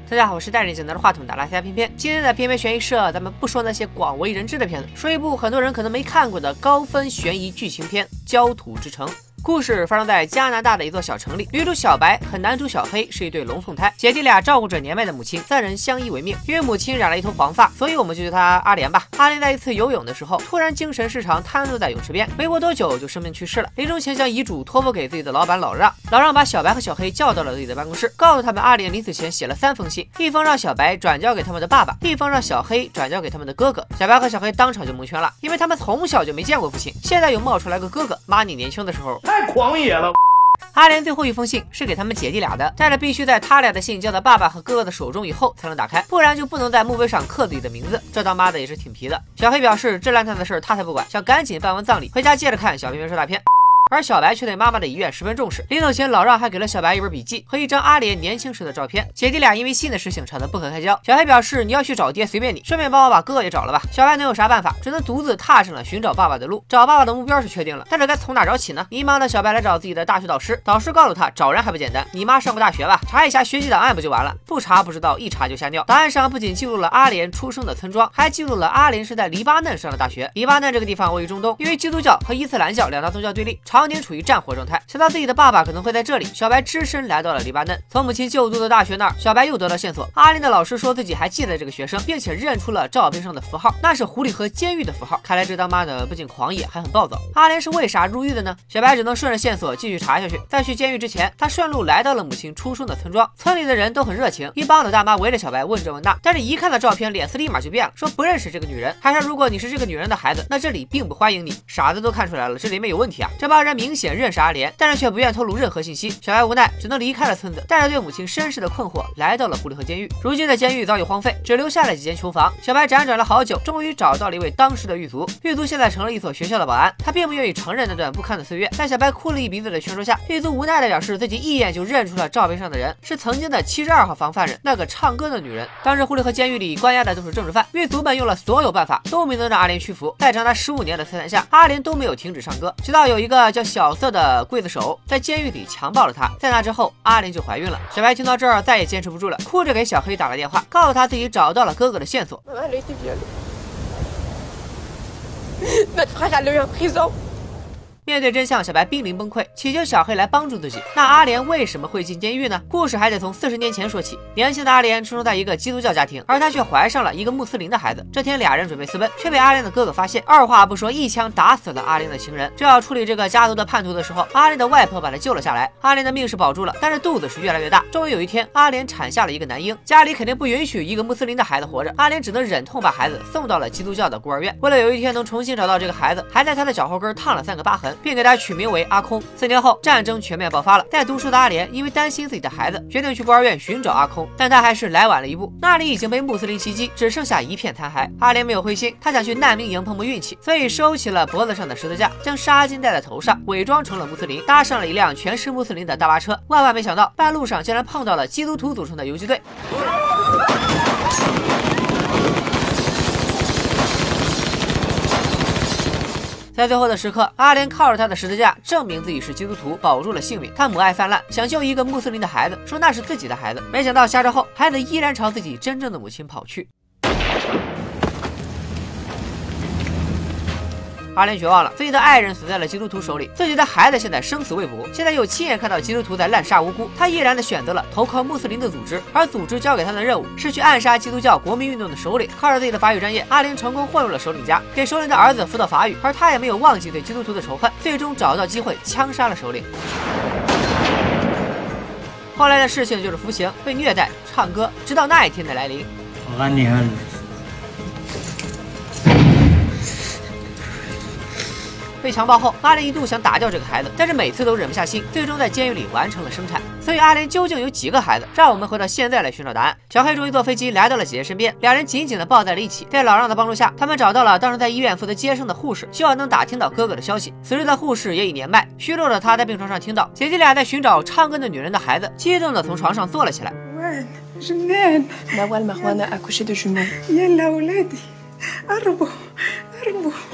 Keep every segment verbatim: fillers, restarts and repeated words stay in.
大家好，我是带着简单的话筒打拉下片片。今天的片片悬疑社，咱们不说那些广为人知的片子，说一部很多人可能没看过的高分悬疑剧情片《焦土之城》。故事发生在加拿大的一座小城里，女主小白和男主小黑是一对龙凤胎，姐弟俩照顾着年迈的母亲，三人相依为命。因为母亲染了一头黄发，所以我们就叫她阿莲吧。阿莲在一次游泳的时候，突然精神失常，瘫坐在泳池边，没过多久就生病去世了。临终前将遗嘱托付给自己的老板老让，老让把小白和小黑叫到了自己的办公室，告诉他们阿莲临死前写了三封信，一封让小白转交给他们的爸爸，一封让小黑转交给他们的哥哥。小白和小黑当场就蒙圈了，因为他们从小就没见过父亲，现在又冒出来个哥哥。妈，你年轻的时候太狂野了。 阿莲最后一封信是给他们姐弟俩的，但是必须在他俩的信交到爸爸和哥哥的手中以后才能打开，不然就不能在墓碑上刻自己的名字。这当妈的也是挺皮的。小黑表示这烂摊子事他才不管，想赶紧办完葬礼回家接着看小片片说大片。而小白却对妈妈的遗愿十分重视，临走前老让还给了小白一本笔记和一张阿莲年轻时的照片。姐弟俩因为信的事情吵得不可开交，小黑表示你要去找爹随便你，顺便帮我把哥哥也找了吧。小白能有啥办法，只能独自踏上了寻找爸爸的路。找爸爸的目标是确定了，但是该从哪找起呢？迷茫的小白来找自己的大学导师，导师告诉他找人还不简单，你妈上过大学吧，查一下学习档案不就完了？不查不知道，一查就吓尿。档案上不仅记录了阿莲出生的村庄，还记录了阿莲是在黎巴嫩上的大学。黎巴嫩这个地方位于中东，因为基督教和伊斯兰教两大宗教对立，常年处于战火状态。想到自己的爸爸可能会在这里，小白只身来到了黎巴嫩。从母亲就读的大学那儿，小白又得到线索，阿莲的老师说自己还记得这个学生，并且认出了照片上的符号，那是狐狸河监狱的符号。看来这当妈的不仅狂野，还很暴躁。阿莲是为啥入狱的呢？小白只能顺着线索继续查下去。在去监狱之前，他顺路来到了母亲出生的村庄，村里的人都很热情，一帮老大妈围着小白问这问那，但是一看到照片，脸色立马就变了，说不认识这个女人，还说如果你是这个女人的孩子，那这里并不欢迎你。傻子都看出来了，这里面有问题啊！这帮人明显认识阿莲，但是却不愿透露任何信息。小白无奈，只能离开了村子，带着对母亲身世的困惑，来到了狐狸河监狱。如今的监狱早已荒废，只留下了几间囚房。小白辗转了好久，终于找到了一位当时的狱卒。狱卒现在成了一所学校的保安，他并不愿意承认那段不堪的岁月。在小白哭了一鼻子的劝说下，狱卒无奈的表示自己一眼就认出了照片上的人，是曾经的七十二号房犯人，那个唱歌的女人。当时狐狸河监狱里关押的都是政治犯，狱卒们用了所有办法都没能让阿莲屈服。在长达十五年的摧残下，阿莲都没有停止唱歌，直到有一个叫小色的刽子手在监狱里强暴了她。在那之后，阿莲就怀孕了。小白听到这儿再也坚持不住了，哭着给小黑打了电话，告诉他自己找到了哥哥的线索。面对真相，小白濒临崩溃，祈求小黑来帮助自己。那阿莲为什么会进监狱呢？故事还得从四十年前说起。年轻的阿莲出生在一个基督教家庭，而她却怀上了一个穆斯林的孩子。这天，俩人准备私奔，却被阿莲的哥哥发现，二话不说，一枪打死了阿莲的情人。正要处理这个家族的叛徒的时候，阿莲的外婆把她救了下来。阿莲的命是保住了，但是肚子是越来越大。终于有一天，阿莲产下了一个男婴，家里肯定不允许一个穆斯林的孩子活着，阿莲只能忍痛把孩子送到了基督教的孤儿院。为了有一天能重新找到这个孩子，还在他的脚后跟烫了三个疤痕，并给他取名为阿空。四年后，战争全面爆发了。在读书的阿莲因为担心自己的孩子，决定去孤儿院寻找阿空，但他还是来晚了一步，那里已经被穆斯林袭击，只剩下一片残骸。阿莲没有灰心，他想去难民营碰碰运气，所以收起了脖子上的十字架，将纱巾戴在头上，伪装成了穆斯林，搭上了一辆全是穆斯林的大巴车。万万没想到，半路上竟然碰到了基督徒组成的游击队。在最后的时刻，阿莲靠着他的十字架证明自己是基督徒，保住了性命。他母爱泛滥，想救一个穆斯林的孩子，说那是自己的孩子。没想到下车后，孩子依然朝自己真正的母亲跑去。阿莲绝望了，自己的爱人死在了基督徒手里，自己的孩子现在生死未卜，现在又亲眼看到基督徒在滥杀无辜，他毅然的选择了投靠穆斯林的组织，而组织交给他的任务是去暗杀基督教国民运动的首领。靠着自己的法语专业，阿莲成功混入了首领家，给首领的儿子辅导法语，而他也没有忘记对基督徒的仇恨，最终找到机会枪杀了首领。后来的事情就是服刑、被虐待、唱歌，直到那一天的来临。被强暴后，阿莲一度想打掉这个孩子，但是每次都忍不下心，最终在监狱里完成了生产。所以阿莲究竟有几个孩子？让我们回到现在来寻找答案。小黑终于坐飞机来到了姐姐身边，两人紧紧地抱在了一起。在老让的帮助下，他们找到了当时在医院负责接生的护士，希望能打听到哥哥的消息。此时的护士也已年迈，虚弱的她在病床上听到姐弟俩在寻找唱歌的女人的孩子，激动地从床上坐了起来。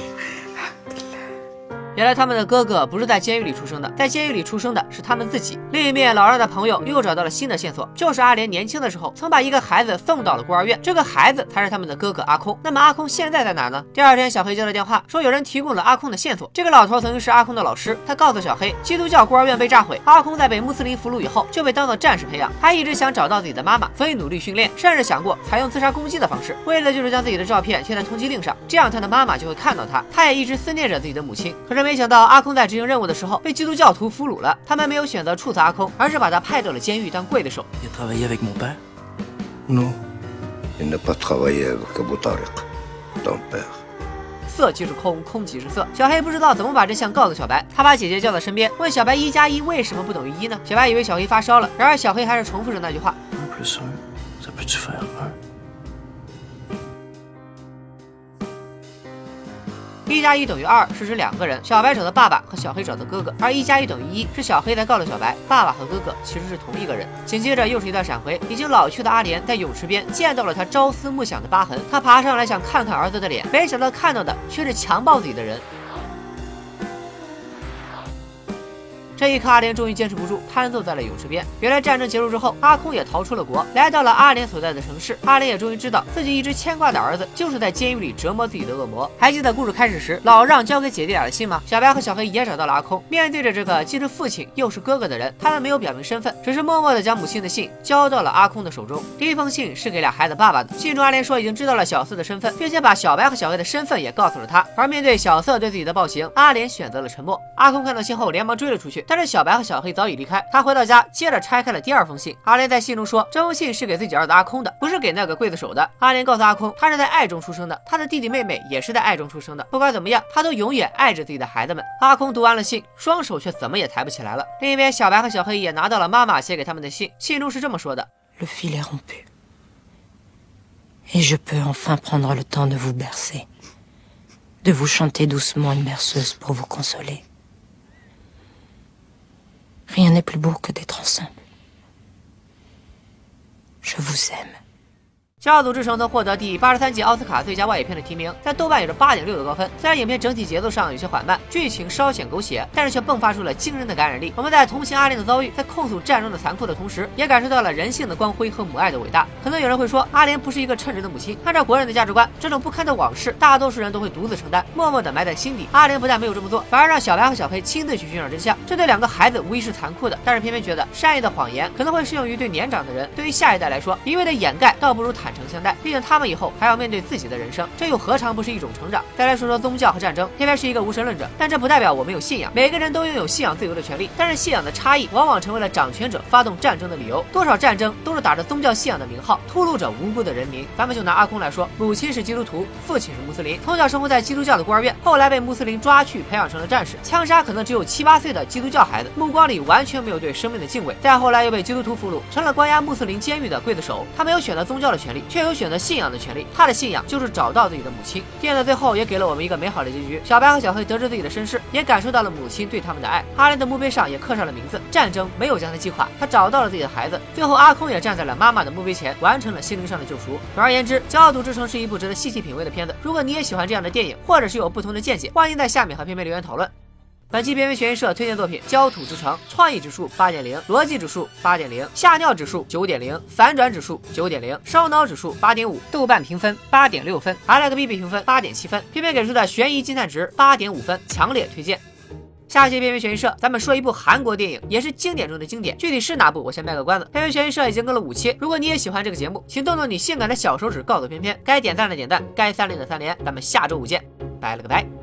原来他们的哥哥不是在监狱里出生的，在监狱里出生的是他们自己。 另一面，老让的朋友又找到了新的线索，就是阿莲年轻的时候曾把一个孩子送到了孤儿院，这个孩子才是他们的哥哥阿空。那么阿空现在在哪呢？第二天，小黑接到电话，说有人提供了阿空的线索。这个老头曾经是阿空的老师，他告诉小黑，基督教孤儿院被炸毁，阿空在被穆斯林俘虏以后就被当做战士培养，他一直想找到自己的妈妈，所以努力训练，甚至想过采用自杀攻击的方式，为的就是将自己的照片贴在通缉令上，这样他的妈妈就会看到他。他也一直思念着自己的母亲，可是没想到阿空在执行任务的时候被基督教徒俘虏了，他们没有选择处死阿空，而是把他派到了监狱当刽子手。色即是空，空即是色。小黑不知道怎么把这项告诉小白，他把姐姐叫到身边，问小白一加一为什么不等于一呢？小白以为小黑发烧了，然而小黑还是重复着那句话。一加一等于二是指两个人，小白找的爸爸和小黑找的哥哥，而一加一等于一是小黑才告诉小白，爸爸和哥哥其实是同一个人。紧接着又是一段闪回，已经老去的阿莲在泳池边见到了他朝思暮想的疤痕，他爬上来想看看儿子的脸，没想到看到的却是强暴自己的人。这一刻，阿莲终于坚持不住，瘫坐在了泳池边。原来战争结束之后，阿空也逃出了国，来到了阿莲所在的城市。阿莲也终于知道自己一直牵挂的儿子就是在监狱里折磨自己的恶魔。还记得故事开始时老让交给姐弟俩的信吗？小白和小黑也找到了阿空，面对着这个既是父亲又是哥哥的人，他们没有表明身份，只是默默地将母亲的信交到了阿空的手中。第一封信是给俩孩子爸爸的，信中阿莲说已经知道了小四的身份，并且把小白和小黑的身份也告诉了他。而面对小四对自己的暴行，阿莲选择了沉默。阿空看到信后连忙追了出去，但是小白和小黑早已离开。他回到家，接着拆开了第二封信。阿莲在信中说，这封信是给自己儿子阿空的，不是给那个刽子手的。阿莲告诉阿空，他是在爱中出生的，他的弟弟妹妹也是在爱中出生的。不管怎么样，他都永远爱着自己的孩子们。阿空读完了信，双手却怎么也抬不起来了。另一边，小白和小黑也拿到了妈妈写给他们的信，信中是这么说的 Le fil est rompu, et je peux enfin prendre le temps de vous bercer, de vous chanter doucement une berceuse pour vous consoler.Rien n'est plus beau que d'être ensemble. Je vous aime. 教主之城曾获得第八十三届奥斯卡最佳外语片的提名，在豆瓣有着 八点六 的高分。虽然影片整体节奏上有些缓慢，剧情稍显狗血，但是却迸发出了惊人的感染力。我们在同情阿莲的遭遇，在控诉战争的残酷的同时，也感受到了人性的光辉和母爱的伟大。可能有人会说，阿莲不是一个称职的母亲。按照国人的价值观，这种不堪的往事，大多数人都会独自承担，默默地埋在心底。阿莲不但没有这么做，反而让小白和小黑亲自去寻找真相。这对两个孩子无疑是残酷的，但是偏偏觉得善意的谎言可能会适用于对年长的人，对于下一代来说，一味的掩盖倒不如坦诚相待。毕竟他们以后还要面对自己的人生，这又何尝不是一种成长？再来说说宗教和战争，偏偏是一个无神论者，但这不代表我没有信仰。每个人都拥有信仰自由的权利，但是信仰的差异往往成为了掌权者发动战争的理由。多少战争都是打着宗教信仰的名号，屠戮着无辜的人民。咱们就拿阿空来说，母亲是基督徒，父亲是穆斯林，从小生活在基督教的孤儿院，后来被穆斯林抓去培养成了战士，枪杀可能只有七八岁的基督教孩子，目光里完全没有对生命的敬畏。再后来又被基督徒俘虏，成了关押穆斯林监狱的刽子手。他没有选择宗教的权利，却有选择信仰的权利。他的信仰就是找到自己的母亲。电影的最后也给了我们一个美好的结局，小白和小黑得知自己的身世，也感受到了母亲对他们的爱。阿莲的墓碑上也刻上了名字，战争没有将他击垮，他找到了自己的孩子。最后阿空也站在了妈妈的墓碑前，完成了心灵上的救赎。总而言之，《骄傲赌之城》是一部值得细细品味的片子。如果你也喜欢这样的电影，或者是有不同的见解，欢迎在下面和片片留言讨论。本期边缘悬疑社推荐作品《焦土之城》，创意指数八点零，逻辑指数八点零，吓尿指数九点零，反转指数九点零，烧脑指数八点五，豆瓣评分八点六分 ，Alex B B 评分八点七分，片片给出的悬疑惊叹值八点五分，强烈推荐。下期边缘悬疑社，咱们说一部韩国电影，也是经典中的经典，具体是哪部，我先卖个关子。边缘悬疑社已经更了五期，如果你也喜欢这个节目，请动动你性感的小手指告诉片片，该点赞的点赞，该三连的三连，咱们下周五见，拜了个拜。